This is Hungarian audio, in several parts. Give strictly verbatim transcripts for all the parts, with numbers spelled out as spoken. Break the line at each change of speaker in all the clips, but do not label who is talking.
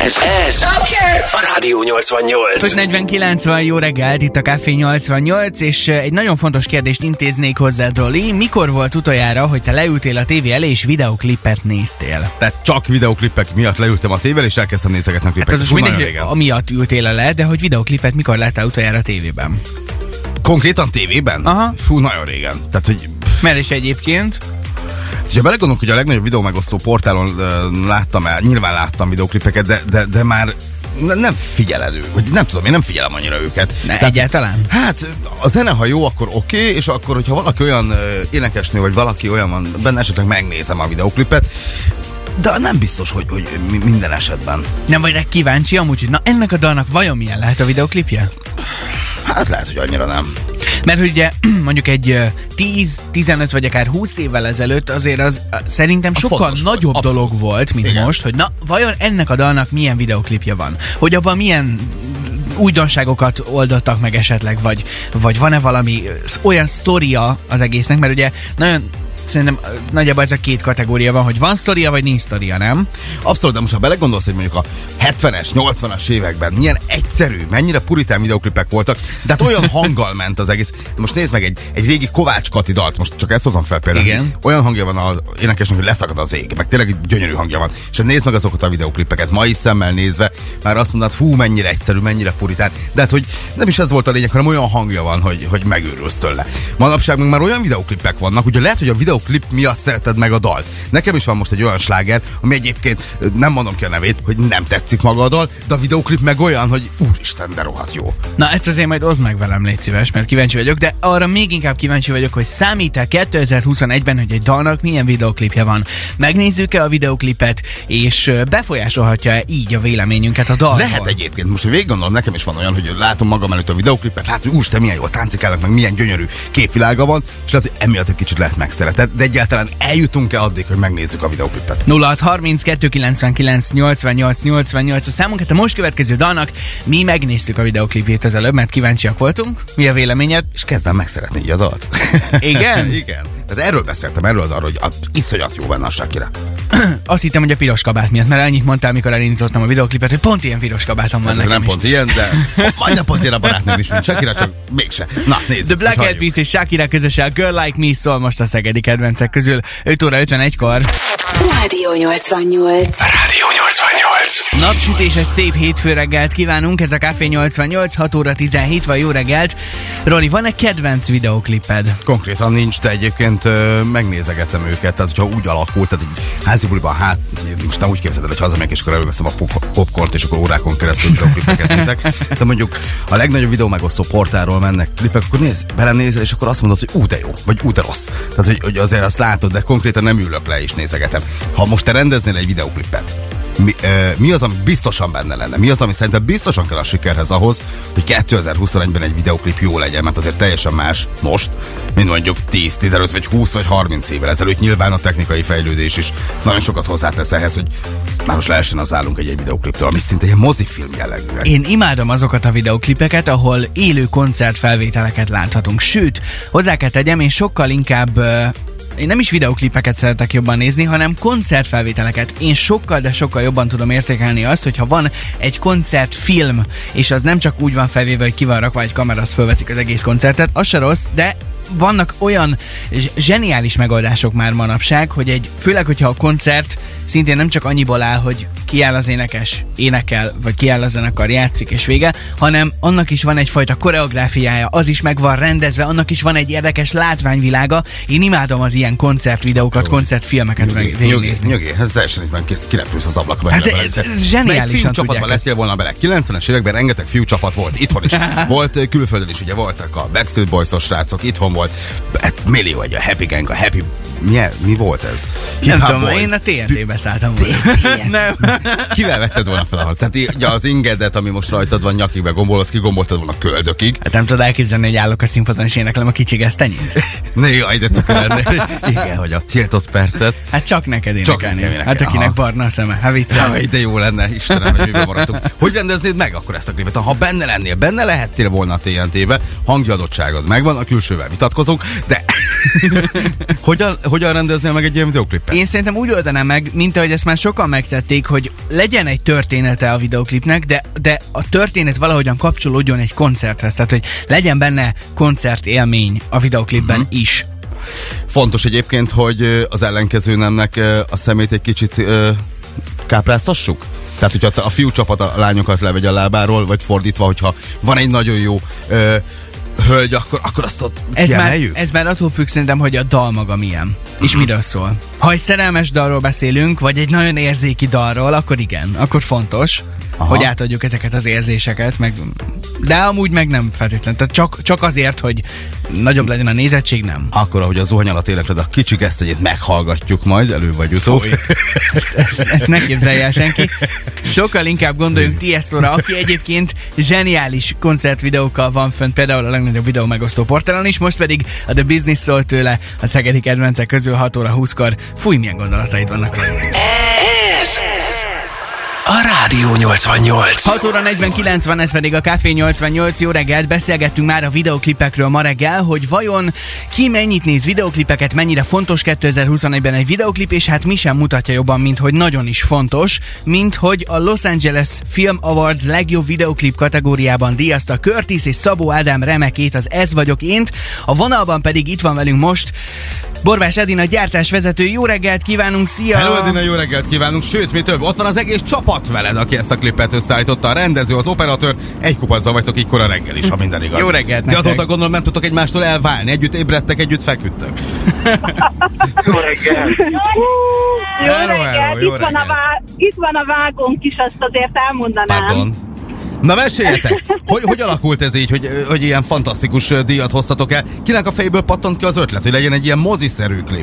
Ez, ez a Rádió nyolcvannyolc.
öt negyvenkilenc van, jó reggelt, itt a Café nyolcvannyolc, és egy nagyon fontos kérdést intéznék hozzád, Roli. Mikor volt utoljára, hogy te leültél a tévé elé, és videoklipet néztél?
Tehát csak videoklipek miatt leültem a tévével, és elkezdtem nézegetni a klipeket.
Hát az most mindegy, amiatt ültél le, de hogy videoklipet mikor láttál utoljára a tévében?
Konkrétan tévében?
Aha.
Fú, nagyon régen. Tehát, hogy...
Mert is egyébként...
Ha belegondolunk, hogy a legnagyobb videó megosztó portálon uh, láttam el, nyilván láttam videoklipeket, de, de, de már ne, nem figyeled, vagy nem tudom, én nem figyelem annyira őket.
Ne, Tehát, egyáltalán?
Hát a zene, ha jó, akkor oké, okay, és akkor, hogyha valaki olyan uh, énekesnő, vagy valaki olyan van benne, esetleg megnézem a videoklipet, de nem biztos, hogy, hogy minden esetben.
Nem vagy rá kíváncsi amúgy, hogy na ennek a dalnak vajon milyen lehet a videoklipje?
Hát lehet, hogy annyira nem.
Mert ugye mondjuk egy tíz, tizenöt vagy akár húsz évvel ezelőtt azért az szerintem sokkal nagyobb volt. dolog volt, mint Igen. most, hogy na vajon ennek a dalnak milyen videoklipje van? Hogy abban milyen újdonságokat oldottak meg esetleg, vagy, vagy van-e valami olyan sztoria az egésznek, mert ugye nagyon szerintem nagyjából ez a két kategória van, hogy van sztoria, vagy nincs sztoria, nem?
Abszolút, de most ha belegondolsz, hogy mondjuk a hetvenes, nyolcvanas években milyen egyszerű, mennyire puritán videoklipek voltak, de hát olyan hanggal ment az egész. De most nézd meg egy, egy régi Kovács Kati dalt, most csak ezt hozom fel például. Igen. Olyan hangja van az énekesnek, hogy leszakad az ég, meg tényleg gyönyörű hangja van. És nézd meg azokat a videoklipeket, mai szemmel nézve, már azt mondod, hú, mennyire egyszerű, mennyire puritán. De hát, hogy nem is ez volt a lényeg, hanem olyan hangja van, hogy, hogy megőrülsz tőle. Manapság meg már olyan videoklipek vannak, ugye lehet, hogy a videó klip miatt szereted meg a dalt. Nekem is van most egy olyan sláger, ami egyébként nem mondom ki a nevét, hogy nem tetszik maga a dal, de a videoklip meg olyan, hogy úristen, de rohadt jó.
Na ezt azért majd oszd meg velem, légy szíves, mert kíváncsi vagyok, de arra még inkább kíváncsi vagyok, hogy számít-e kétezer-huszonegyben, hogy egy dalnak milyen videoklipje van. Megnézzük-e a videoklipet, és befolyásolhatja-e így a véleményünket a dalról?
Lehet egyébként, most hogy végig gondolom, nekem is van olyan, hogy látom magam előtt a videoklipet, látom, hogy úristen, milyen jól táncikálnak, meg milyen gyönyörű képvilága van, és lehet, hogy emiatt egy kicsit lehet megszeretett, de egyáltalán eljutunk-e addig, hogy megnézzük a videoklipet?
nulla hat harminckettő kilencvenkilenc nyolcvannyolc nyolcvannyolc a számunkat a most következő dalnak. Mi megnéztük a videoklipjét az előbb, mert kíváncsiak voltunk. Mi a véleményed?
És kezdem megszeretni így a dalt.
Igen?
Igen. Tehát erről beszéltem, erről az arról, hogy a, iszonyat jó benne a Shakira.
Azt hittem, hogy a piros kabát miatt, mert annyit mondtál, amikor elindítottam a videoklipet, hogy pont ilyen piros kabátom van.
Hát, nem is. Pont ilyen, de majdnem pont ilyen a barátnőm is, mint Shakira, csak mégse. Na, nézzük.
The Black Eyed Peas és Shakira közösen a Girl Like Me szól most a szegedi kedvencek közül. öt óra ötvenegykor.
Rádió nyolcvannyolc.
Rádió nyolcvannyolc.
Napsütéses szép hétfő reggelt kívánunk, ez a Café nyolcvannyolc, hat óra tizenhét van, jó reggelt. Roli, van-e kedvenc videokliped?
Konkrétan nincs, de egyébként ö, megnézegetem őket, tehát hogyha úgy alakult, tehát egy házi buliban, hát most nem úgy képzeld el, hogy hazamegyek, és akkor előveszem a popcornt, és akkor órákon keresztül videoklipeket nézek. De mondjuk a legnagyobb videó megosztó portálról mennek klipek, akkor nézd, belenézel, és akkor azt mondod, hogy ú, de jó, vagy ú, de rossz. Tehát, hogy, hogy azért azt látod, de konkrétan nem ülök le és nézegetem. Ha most te rendeznél egy videoklipet, Mi, ö, mi az, ami biztosan benne lenne? Mi az, ami szerintem biztosan kell a sikerhez ahhoz, hogy kétezer-huszonegyben egy videoklip jó legyen, mert azért teljesen más most, mint mondjuk tíz, tizenöt, vagy húsz, vagy harminc évvel ezelőtt. Nyilván a technikai fejlődés is nagyon sokat hozzátesz ehhez, hogy már most lehessen az állunk egy, egy videokliptől, ami szinte egy mozifilm jellegűek.
Én imádom azokat a videoklipeket, ahol élő koncertfelvételeket láthatunk. Sőt, hozzá kell tegyem, én sokkal inkább... Uh... Én nem is videoklipeket szeretek jobban nézni, hanem koncertfelvételeket. Én sokkal, de sokkal jobban tudom értékelni azt, hogyha van egy koncertfilm, és az nem csak úgy van felvéve, hogy ki van rakva egy kamera, azt fölveszik az egész koncertet, az se rossz, de vannak olyan zseniális megoldások már manapság, hogy egy, főleg, hogyha a koncert szintén nem csak annyiból áll, hogy kiáll az énekes, énekel, vagy kiáll a zenekar, játszik és vége, hanem annak is van egyfajta koreográfiája, az is meg van rendezve, annak is van egy érdekes látványvilága. Én imádom az ilyen koncertvideókat, koncertfilmeket végignézni.
Nyugi, ez teljesen itt már kirepülsz az ablakon.
Hát zseniálisan
fiú csapatban leszél volna bele. kilencvenes években rengeteg fiú csapat volt, itthon is. Volt külföldön is, ugye voltak a Backstreet Boys-os srácok, itthon volt. Hát millió egy, a Happy Gang, a Happy... Mi, mi volt ez?
Nem tudom, én a té en té-be szálltam volna.
Kivel vetted volna fel ahol? Tehát ugye az ingedet, ami most rajtad van nyakig, meg gombol, azt kigomboltad volna köldökig.
Hát nem tudod elképzelni, hogy állok a színpadon és éneklem a Kicsi Gesztenyét.
Ne jaj, de cukor. Igen, hogy a tiltott percet.
Hát csak neked énekelni. Csak hát akinek aha. Barna a szeme. Hát viccelsz.
Jaj, de jó lenne, Istenem, hogy miben maradtunk. Hogy rendeznéd meg akkor ezt a klipet? Ha benne lennél, benne lehettél volna a té en té-be, hangjadottságod megvan, a külsővel vitatkozunk, de hogyan, hogyan rendeznél meg egy ilyen videoklipet?
Én szerintem úgy oldanám meg, mint ahogy ezt már sokan megtették, hogy legyen egy története a videoklipnek, de, de a történet valahogyan kapcsolódjon egy koncerthez. Tehát, hogy legyen benne koncertélmény a videoklipben uh-huh. is.
Fontos egyébként, hogy az ellenkező nemnek a szemét egy kicsit kápráztassuk? Tehát, hogyha a fiú csapat a lányokat levegy a lábáról, vagy fordítva, hogyha van egy nagyon jó ö, hölgy, akkor, akkor azt ott
ez már, ez már attól függ szerintem, hogy a dal maga milyen. És uh-huh. miről szól. Ha egy szerelmes dalról beszélünk, vagy egy nagyon érzéki dalról, akkor igen, akkor fontos, aha. hogy átadjuk ezeket az érzéseket, meg, de amúgy meg nem feltétlenül. Tehát csak, csak azért, hogy nagyobb legyen a nézettség, nem.
Akkor, ahogy a zuhany alatt élekred, a kicsi gesztegyét meghallgatjuk majd, elő vagy utóbb.
Ezt, ezt, ezt ne képzelje el senki. Sokkal inkább gondoljunk Tiestóra, aki egyébként zseniális koncertvideókkal van fönt, például a legnagyobb videó megosztó portálon is, most pedig a The Business szól tőle a szegedi kedvencek közül hat óra húszkor. Fúj, milyen gondolataid vannak velünk.
Ez a Rádió nyolcvannyolc.
hat óra negyvenkilenc van, ez pedig a Café nyolcvannyolc. Jó reggelt, beszélgettünk már a videoklipekről ma reggel, hogy vajon ki mennyit néz videoklipeket, mennyire fontos kétezer-huszonegyben egy videoklip, és hát mi sem mutatja jobban, mint hogy nagyon is fontos, mint hogy a Los Angeles Film Awards legjobb videoklip kategóriában díjazta Curtis és Szabó Ádám remekét, az Ez vagyok ént. A vonalban pedig itt van velünk most Borbás Edina, gyártásvezető. Jó reggelt kívánunk, szia!
Hello Edina, jó reggelt kívánunk, sőt, mi több, ott van az egész csapat veled, aki ezt a klipet összeállította, a rendező, az operatőr, egy kupacban vagytok így kora reggel is, ha minden igaz.
Jó reggelt
de azóta gondolom nem tudtok egymástól elválni, együtt ébredtek, együtt feküdtök.
Jó reggelt!
Jó reggelt, itt, van a vá- itt van a vágónk is, azt azért elmondanám.
Pardon. Na meséljetek, hogy, hogy alakult ez így, hogy, hogy ilyen fantasztikus díjat hoztatok el? Kinek a fejéből pattant ki az ötlet, hogy legyen egy ilyen moziszerű klip?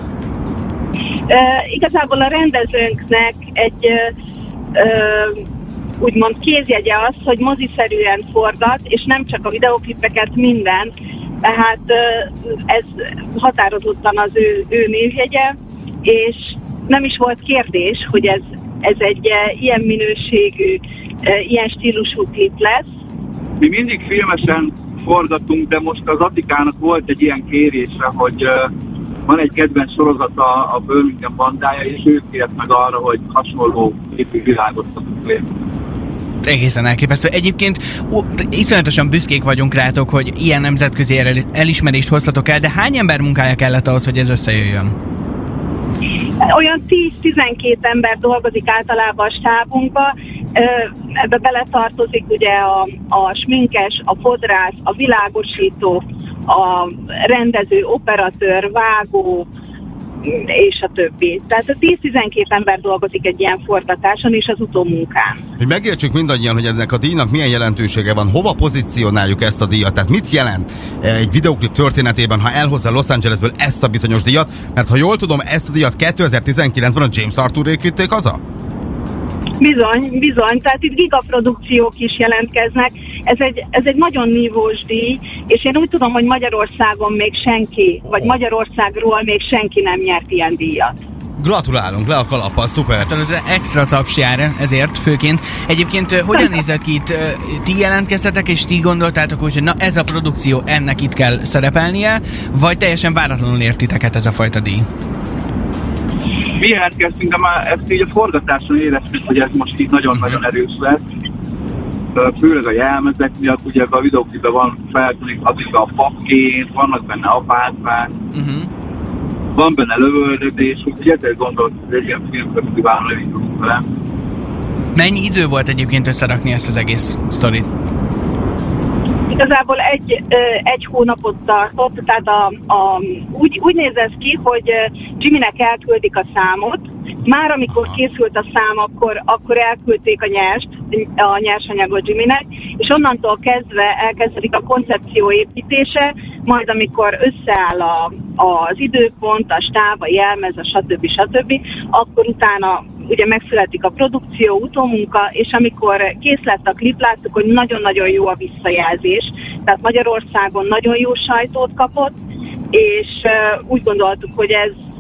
Uh, igazából a rendezőnknek egy uh, uh, úgymond kézjegye az, hogy moziszerűen forgat, és nem csak a videoklipeket, mindent. Tehát uh, ez határozottan az ő, ő névjegye, és nem is volt kérdés, hogy ez, ez egy uh, ilyen minőségű, uh, ilyen stílusú klip lesz.
Mi mindig filmesen forgatunk, de most az Attikának volt egy ilyen kérése, hogy uh, van egy kedvenc sorozata, a Birmingham bandája, és ő kért meg arra, hogy hasonló képű világot tudunk.
Egészen elképesztő. Egyébként ó, iszonyatosan büszkék vagyunk rátok, hogy ilyen nemzetközi el- elismerést hoztatok el, de hány ember munkája kellett ahhoz, hogy ez összejöjjön?
Olyan tíz-tizenkét ember dolgozik általában a stábunkba. Ebbe beletartozik ugye a, a sminkes, a fodrász, a világosító, a rendező, operatőr, vágó, és a többi. Tehát a tíz-tizenkét ember dolgozik egy ilyen forgatáson és az utómunkán.
Hogy megértsük mindannyian, hogy ennek a díjnak milyen jelentősége van, hova pozícionáljuk ezt a díjat, tehát mit jelent egy videoklip történetében, ha elhozza Los Angelesből ezt a bizonyos díjat, mert ha jól tudom, ezt a díjat kétezer-tizenkilencben a James Arthurék vitték haza?
Bizony, bizony, tehát itt gigaprodukciók is jelentkeznek. Ez egy, ez egy nagyon nívós díj, és én úgy tudom, hogy Magyarországon még senki, vagy Magyarországról még senki nem nyert ilyen díjat.
Gratulálunk, le a kalappal, szuper!
Tehát ez extra taps jár ezért főként. Egyébként hogyan nézett ki itt? Ti jelentkeztetek, és ti gondoltátok úgy, hogy na ez a produkció, ennek itt kell szerepelnie, vagy teljesen váratlanul ért titeket ez a fajta díj?
Mi jelentkeztünk, de már ezt így a forgatáson éreztük, hogy ez most így nagyon-nagyon erős lesz. Főleg a jelmezek miatt, ugye ebben a videóklipben van feltűnik addig a fakként, vannak benne apácák, uh-huh. van benne lövöldözés, úgyhogy ezért gondoltuk, hogy egy ilyen filmfesztiválon elindulunk vele.
Mennyi idő volt egyébként összerakni ezt az egész sztorit?
Igazából egy, egy hónapot tartott, tehát a, a, úgy, úgy néz ez ki, hogy Jimmynek elküldik a számot, már amikor készült a szám, akkor, akkor elküldték a nyerst, a nyersanyagot Jimmynek, és onnantól kezdve elkezdődik a koncepció építése, majd amikor összeáll a, az időpont, a stáb, a jelmez, a stb. stb., akkor utána ugye megszületik a produkció, utómunka, és amikor kész lett a klip, láttuk, hogy nagyon-nagyon jó a visszajelzés, tehát Magyarországon nagyon jó sajtót kapott, és uh, úgy gondoltuk, hogy ez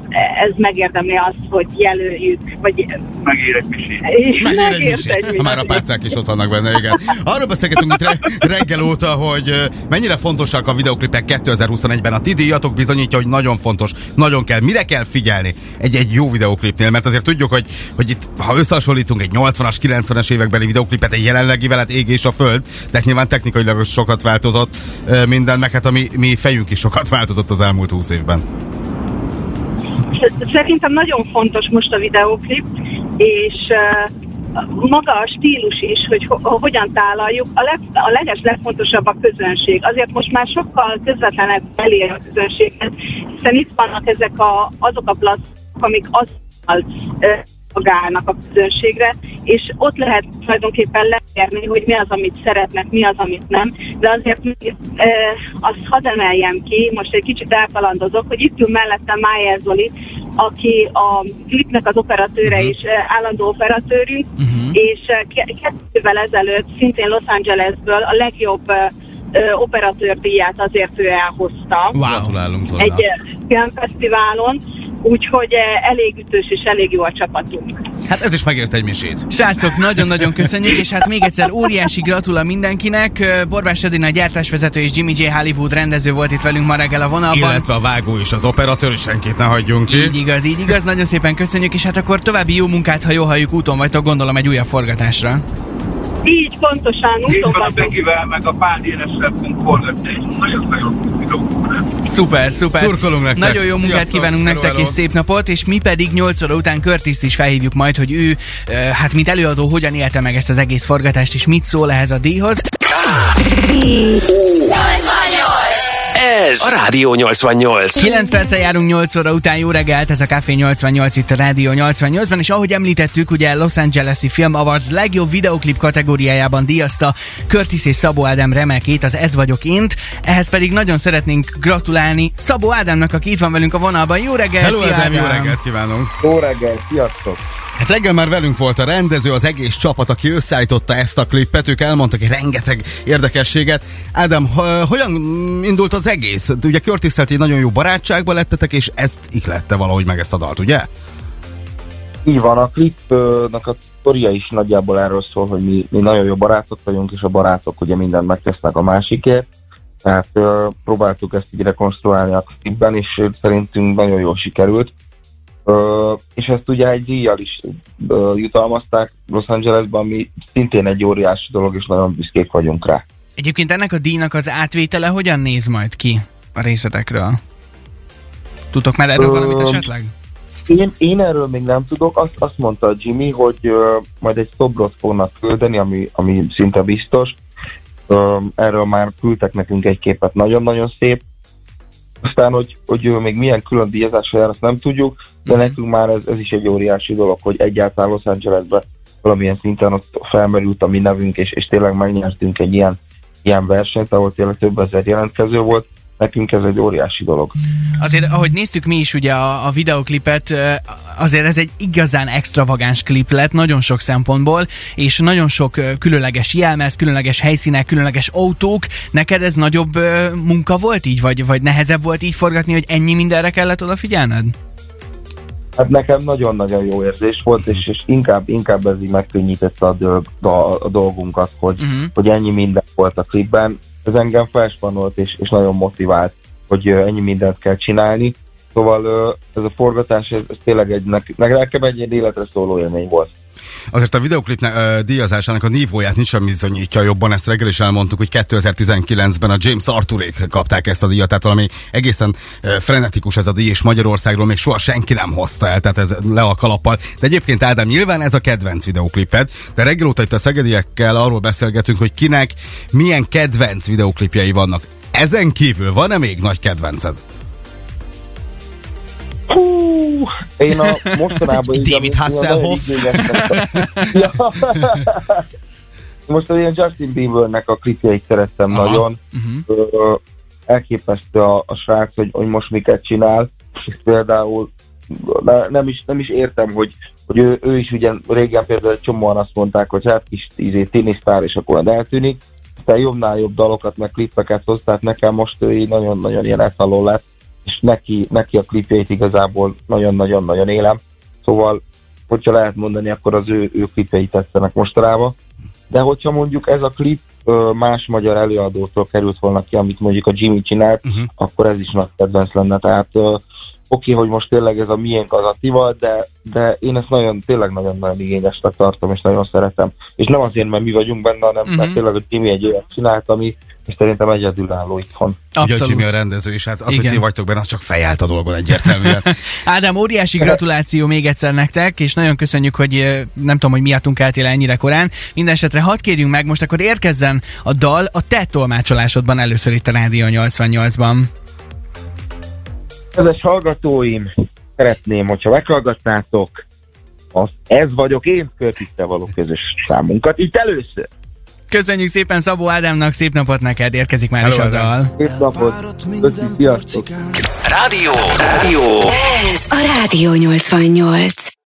ez megérdemli azt, hogy jelöljük, vagy
Megér egy misét.
Megér egy misét, ha már a pácák is ott vannak benne, igen. Arról beszélgetünk itt re- reggel óta, hogy mennyire fontosak a videoklipek kétezer-huszonegyben. A ti díjatok bizonyítja, hogy nagyon fontos, nagyon kell. Mire kell figyelni egy-egy jó videoklipnél? Mert azért tudjuk, hogy, hogy itt, ha összehasonlítunk egy nyolcvanas, kilencvenes évekbeli videoklipet egy jelenlegivel, hát ég és a föld, de nyilván technikailag sokat változott minden, meg hát a mi, mi fejünk is sokat változott az elmúlt húsz évben.
Szerintem nagyon fontos most a videóklip, és uh, maga a stílus is, hogy ho- hogyan tálaljuk. A, leg, a leges legfontosabb a közönség. Azért most már sokkal közvetlenebb elér a közönséget, hiszen itt vannak ezek a, azok a platformok, amik azzal uh, magálnak a közönségre, és ott lehet tulajdonképpen leérni, hogy mi az, amit szeretnek, mi az, amit nem, de azért még, e, azt hadd emeljem ki, most egy kicsit elkalandozok, hogy itt ül mellettem Májer Zoli, aki a klipnek az operatőre uh-huh. és állandó operatőrünk, uh-huh. és kettővel ezelőtt szintén Los Angelesből a legjobb ö, operatőrdíját azért ő elhozta.
Wow. Gratulálunk volna.
Egy filmfesztiválon, úgyhogy elég ütős és elég jó a csapatunk.
Hát ez is megért egy misét.
Srácok, nagyon-nagyon köszönjük, és hát még egyszer óriási gratula mindenkinek. Borbás Edina gyártásvezető és Jimmy J. Hollywood rendező volt itt velünk ma reggel a vonalban.
Illetve a vágó és az operatőr, és senkit ne hagyjunk ki.
Így igaz, így igaz, nagyon szépen köszönjük, és hát akkor további jó munkát, ha jól halljuk, úton vagytok, gondolom egy újabb forgatásra.
Így, pontosan, úton
vagyunk. Bekivel, meg a Pál Dénesre fogunk forgatni egy nagyon-nagyon videókúrát.
Szuper, szuper.
Szurkolunk nektek.
Nagyon jó munkát
Sziasztok.
kívánunk
Hello,
nektek,
hello. És
szép napot, és mi pedig nyolc óra után Curtis-t is felhívjuk majd, hogy ő, hát mint előadó, hogyan élte meg ezt az egész forgatást, és mit szól ehhez a díjhoz.
Ez a Rádió nyolcvannyolc.
kilenc perccel járunk nyolc óra után, jó reggelt, ez a Café nyolcvannyolc itt a Rádió nyolcvannyolcban, és ahogy említettük, ugye Los Angeles-i Film Awards legjobb videoklip kategóriájában díjazta Curtis és Szabó Ádám remekét, az Ez vagyok ént, ehhez pedig nagyon szeretnénk gratulálni Szabó Ádámnak, aki itt van velünk a vonalban. Jó reggelt,
Hello,
szia,
Ádám, jó
Ádám.
reggelt kívánunk.
Jó reggel, sziasztok!
Hát reggel már velünk volt a rendező, az egész csapat, aki összeállította ezt a klippet, ők elmondtak egy rengeteg érdekességet. Ádám, h- hogyan indult az egész? Ugye Curtis-szel egy nagyon jó barátságban lettetek, és ezt ihlette valahogy meg ezt a dalt, ugye?
Így van, a klipnak a sztoria is nagyjából erről szól, hogy mi, mi nagyon jó barátok vagyunk, és a barátok ugye mindent megtesznek a másikért. Tehát uh, próbáltuk ezt így rekonstruálni a klipben, és szerintünk nagyon jól sikerült. Uh, és ezt ugye egy díjjal is uh, jutalmazták Los Angelesben, ami szintén egy óriási dolog, és nagyon büszkék vagyunk rá.
Egyébként ennek a díjnak az átvétele hogyan néz majd ki a részletekről? Tudtok már erről uh, valamit esetleg?
Én, én erről még nem tudok, azt, azt mondta a Jimmy, hogy uh, majd egy szobrot fognak küldeni, ami, ami szinte biztos. Uh, erről már küldtek nekünk egy képet, nagyon-nagyon szép. Aztán, hogy, hogy még milyen külön díjazásra jár, azt nem tudjuk, de mm. nekünk már ez, ez is egy óriási dolog, hogy egyáltalán Los Angelesben valamilyen szinten ott felmerült a mi nevünk, és, és tényleg megnyertünk egy ilyen, ilyen versenyt, ahol tényleg több ezer jelentkező volt. Nekünk ez egy óriási dolog.
Azért, ahogy néztük mi is ugye a, a videoklipet, azért ez egy igazán extravagáns klip lett, nagyon sok szempontból, és nagyon sok különleges jelmez, különleges helyszínek, különleges autók. Neked ez nagyobb munka volt így, vagy, vagy nehezebb volt így forgatni, hogy ennyi mindenre kellett odafigyelned?
Hát nekem nagyon-nagyon jó érzés volt, és, és inkább, inkább ez így megkönnyítette a, dög, a, a dolgunkat, hogy, uh-huh. hogy ennyi minden volt a klipben. Ez engem felspannolt, és, és nagyon motivált, hogy ennyi mindent kell csinálni. Szóval ez a forgatás, ez, ez tényleg egy, nekem egy, egy életre szóló élmény volt.
Azért a videoklip uh, díjazásának a nívóját nincs sem bizonyítja jobban, ezt reggel is elmondtuk, hogy kétezer-tizenkilencben a James Arthurék kapták ezt a díjat, tehát valami egészen uh, frenetikus ez a díj, és Magyarországról még soha senki nem hozta el, tehát ez le a kalappal. De egyébként Ádám, nyilván ez a kedvenc videokliped, de reggel óta itt a szegediekkel arról beszélgetünk, hogy kinek milyen kedvenc videoklipjei vannak. Ezen kívül van-e még nagy kedvenced?
Hú, én a mostanában...
David Hasselhoff.
Ja. Most ilyen Justin Biebernek a klipjeit szerettem Aha. nagyon. Uh-huh. Elképesztő a, a srác, hogy, hogy most miket csinál. És például nem is, nem is értem, hogy, hogy ő, ő is ugye régen például egy csomóan azt mondták, hogy hát kis izé, tinisztár, és akkor eltűnik. Aztán jobbnál jobb dalokat, meg klippeket hoz, tehát nekem most ő így nagyon-nagyon ilyen etalon lett. és neki, neki a klipjeit igazából nagyon-nagyon-nagyon élem. Szóval, hogyha lehet mondani, akkor az ő, ő klipjeit tetszenek mostanában. De hogyha mondjuk ez a klip ö, más magyar előadótól került volna ki, amit mondjuk a Jimmy csinált, uh-huh. akkor ez is nagy kedvenc lenne. Tehát ö, oké, hogy most tényleg ez a miénk az Attival, de, de én ezt nagyon, tényleg nagyon-nagyon igényesnek tartom, és nagyon szeretem. És nem azért, mert mi vagyunk benne, hanem uh-huh. mert tényleg a Jimmy egy olyat csinált, ami és szerintem egyedülálló itthon.
Abszolút. Ugye a Jimmy a rendező, és hát az, igen. hogy ti vagytok benne, az csak fejelt a dolgon egyértelműen.
Ádám, óriási gratuláció még egyszer nektek, és nagyon köszönjük, hogy nem tudom, hogy miattunk álltél ennyire korán. Mindenesetre hadd kérjünk meg, most akkor érkezzen a dal a te tolmácsolásodban először itt a Rádió nyolcvannyolcban.
Kedves hallgatóim, szeretném, hogyha meghallgatnátok, az Ez vagyok én, Curtis-tel való közös számunkat itt először.
Köszönjük szépen Szabó Ádámnak, szép napot neked, érkezik már
Hello,
is a dal.
Szép napot, köszönjük, sziasztok!
Rádió, rádió.
Ez a Rádió nyolcvannyolc.